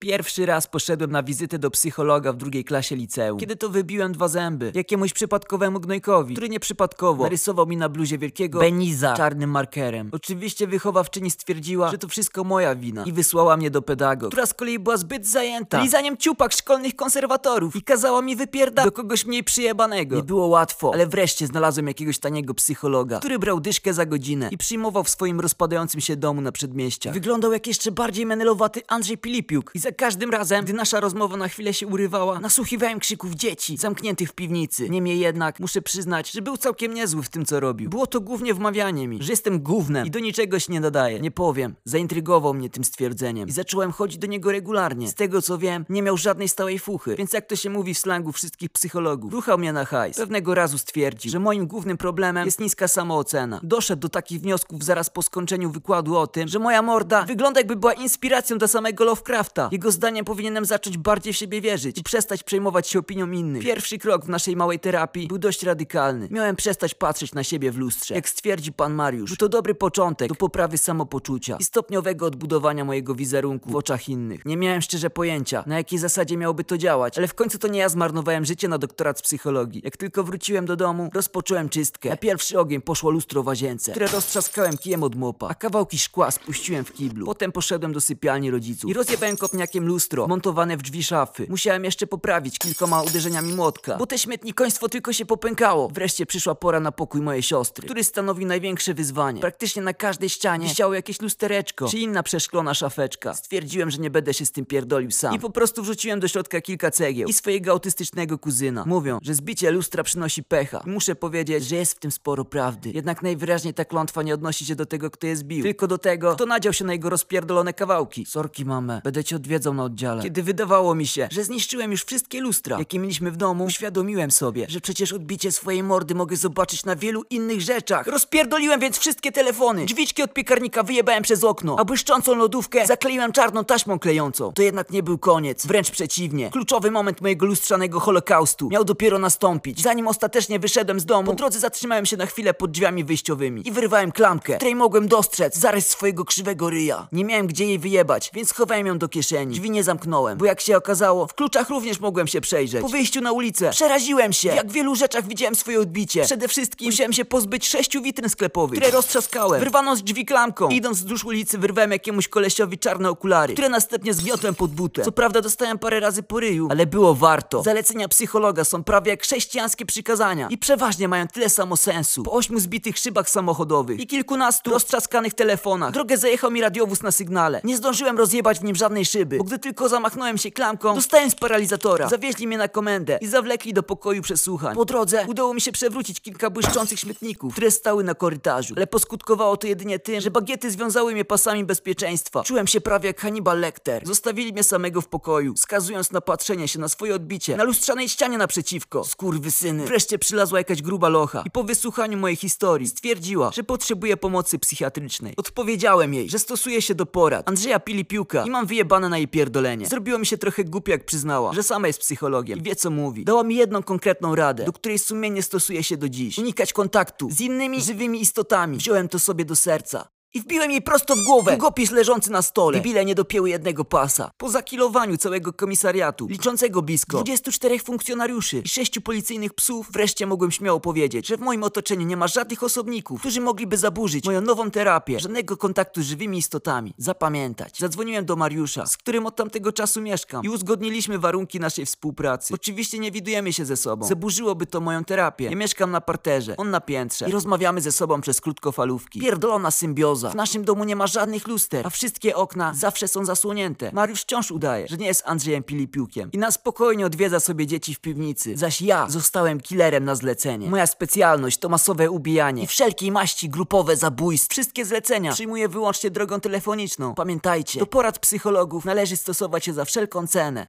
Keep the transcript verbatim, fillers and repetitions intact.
Pierwszy raz poszedłem na wizytę do psychologa w drugiej klasie liceum, kiedy to wybiłem dwa zęby jakiemuś przypadkowemu gnojkowi, który nieprzypadkowo narysował mi na bluzie wielkiego Beniza czarnym markerem. Oczywiście wychowawczyni stwierdziła, że to wszystko moja wina i wysłała mnie do pedagog, która z kolei była zbyt zajęta lizaniem ciupak szkolnych konserwatorów i kazała mi wypierdać do kogoś mniej przyjebanego. Nie było łatwo, ale wreszcie znalazłem jakiegoś taniego psychologa, który brał dyszkę za godzinę i przyjmował w swoim rozpadającym się domu na przedmieściach. Wyglądał jak jeszcze bardziej menelowaty Andrzej Pilipiuk i za każdym razem, gdy nasza rozmowa na chwilę się urywała, nasłuchiwałem krzyków dzieci zamkniętych w piwnicy. Niemniej jednak muszę przyznać, że był całkiem niezły w tym, co robił. Było to głównie wmawianie mi, że jestem gównem i do niczego się nie nadaję. Nie powiem, zaintrygował mnie tym stwierdzeniem i zacząłem chodzić do niego regularnie. Z tego co wiem, nie miał żadnej stałej fuchy, więc jak to się mówi w slangu wszystkich psychologów, ruchał mnie na hajs. Pewnego razu stwierdził, że moim głównym problemem jest niska samoocena. Doszedł do takich wniosków zaraz po skończeniu wykładu o tym, że moja morda wygląda jakby była inspiracją dla samego Lovecrafta. Jego zdaniem powinienem zacząć bardziej w siebie wierzyć i przestać przejmować się opinią innych. Pierwszy krok w naszej małej terapii był dość radykalny. Miałem przestać patrzeć na siebie w lustrze. Jak stwierdzi pan Mariusz, był to dobry początek do poprawy samopoczucia i stopniowego odbudowania mojego wizerunku w oczach innych. Nie miałem szczerze pojęcia, na jakiej zasadzie miałoby to działać, ale w końcu to nie ja zmarnowałem życie na doktorat z psychologii. Jak tylko wróciłem do domu, rozpocząłem czystkę. Na pierwszy ogień poszło lustro w łazience, które roztrzaskałem kijem od mopa, a kawałki szkła spuściłem w kiblu. Potem poszedłem do sypialni rodziców i rozjebałem kopniakiem lustro montowane w drzwi szafy. Musiałem jeszcze poprawić kilkoma uderzeniami młotka, bo te śmietnikoństwo tylko się popękało. Wreszcie przyszła pora na pokój mojej siostry, który stanowił największe wyzwanie. Praktycznie na każdej ścianie wisiało jakieś lustereczko czy inna przeszklona szafeczka. Stwierdziłem, że nie będę się z tym pierdolił sam i po prostu wrzuciłem do środka kilka cegieł i swojego autystycznego kuzyna. Mówią, że zbicie lustra przynosi pecha i muszę powiedzieć, że jest w tym sporo prawdy. Jednak najwyraźniej ta klątwa nie odnosi się do tego, kto je zbił, tylko do tego, kto nadział się na jego rozpierdolone kawałki. Sorki, mamę, będę cię odwiedzał na oddziale. Kiedy wydawało mi się, że zniszczyłem już wszystkie lustra, jakie mieliśmy w domu, uświadomiłem sobie, że przecież odbicie swojej mordy mogę zobaczyć na wielu innych rzeczach. Rozpierdoliłem więc wszystkie telefony, drzwiczki od piekarnika wyjebałem przez okno, a błyszczącą lodówkę zakleiłem czarną taśmą klejącą. To jednak nie był koniec, wręcz przeciwnie. Kluczowy moment mojego lustrzanego holokaustu miał dopiero nastąpić. Zanim ostatecznie wyszedłem z domu, po drodze zatrzymałem się na chwilę pod drzwiami wyjściowymi i wyrwałem klamkę, której mogłem dostrzec zarys swojego krzywego ryja. Nie miałem gdzie jej wyjebać, więc schowałem ją do kieszeni. Drzwi nie zamknąłem, bo jak się okazało, w kluczach również mogłem się przejrzeć. Po wyjściu na ulicę przeraziłem się, jak w wielu rzeczach widziałem swoje odbicie. Przede wszystkim musiałem się pozbyć sześciu witryn sklepowych, które roztrzaskałem, wyrwano z drzwi klamką. Idąc wzdłuż ulicy wyrwałem jakiemuś kolesiowi czarne okulary, które następnie zgniotłem pod butę. Co prawda dostałem parę razy po ryju, ale było warto. Zalecenia psychologa są prawie jak chrześcijańskie przykazania i przeważnie mają tyle samo sensu. Po ośmiu zbitych szybach samochodowych i kilkunastu roztrzaskanych telefonach drogę zajechał mi radiowóz na sygnale. Nie zdążyłem rozjebać w nim żadnej szyby, bo gdy tylko zamachnąłem się klamką, dostałem z paralizatora. Zawieźli mnie na komendę i zawlekli do pokoju przesłuchań. Po drodze udało mi się przewrócić kilka błyszczących śmietników, które stały na korytarzu, ale poskutkowało to jedynie tym, że bagiety związały mnie pasami bezpieczeństwa. Czułem się prawie jak Hannibal Lecter. Zostawili mnie samego w pokoju, skazując na patrzenie się na swoje odbicie na lustrzanej ścianie naprzeciwko. Skurwysyny. Wreszcie przylazła jakaś gruba locha i po wysłuchaniu mojej historii stwierdziła, że potrzebuje pomocy psychiatrycznej. Odpowiedziałem jej, że stosuję się do porad Andrzeja Pilipiuka i mam wyjebane na jej pierdolenie. Zrobiło mi się trochę głupio, jak przyznała, że sama jest psychologiem i wie co mówi. Dała mi jedną konkretną radę, do której sumiennie stosuję się do dziś. Unikać kontaktu z innymi żywymi istotami. Wziąłem to sobie do serca i wbiłem jej prosto w głowę długopis leżący na stole. Debile nie dopięły jednego pasa. Po zakilowaniu całego komisariatu, liczącego blisko dwudziestu czterech funkcjonariuszy i sześciu policyjnych psów, wreszcie mogłem śmiało powiedzieć, że w moim otoczeniu nie ma żadnych osobników, którzy mogliby zaburzyć moją nową terapię. Żadnego kontaktu z żywymi istotami. Zapamiętać. Zadzwoniłem do Mariusza, z którym od tamtego czasu mieszkam i uzgodniliśmy warunki naszej współpracy. Oczywiście nie widujemy się ze sobą. Zaburzyłoby to moją terapię. Ja mieszkam na parterze, on na piętrze i rozmawiamy ze sobą przez krótkofalówki. Pierdolona symbioza. W naszym domu nie ma żadnych luster, a wszystkie okna zawsze są zasłonięte. Mariusz wciąż udaje, że nie jest Andrzejem Pilipiukiem i na spokojnie odwiedza sobie dzieci w piwnicy. Zaś ja zostałem killerem na zlecenie. Moja specjalność to masowe ubijanie i wszelkiej maści grupowe zabójstwa. Wszystkie zlecenia przyjmuję wyłącznie drogą telefoniczną. Pamiętajcie, do porad psychologów należy stosować się za wszelką cenę.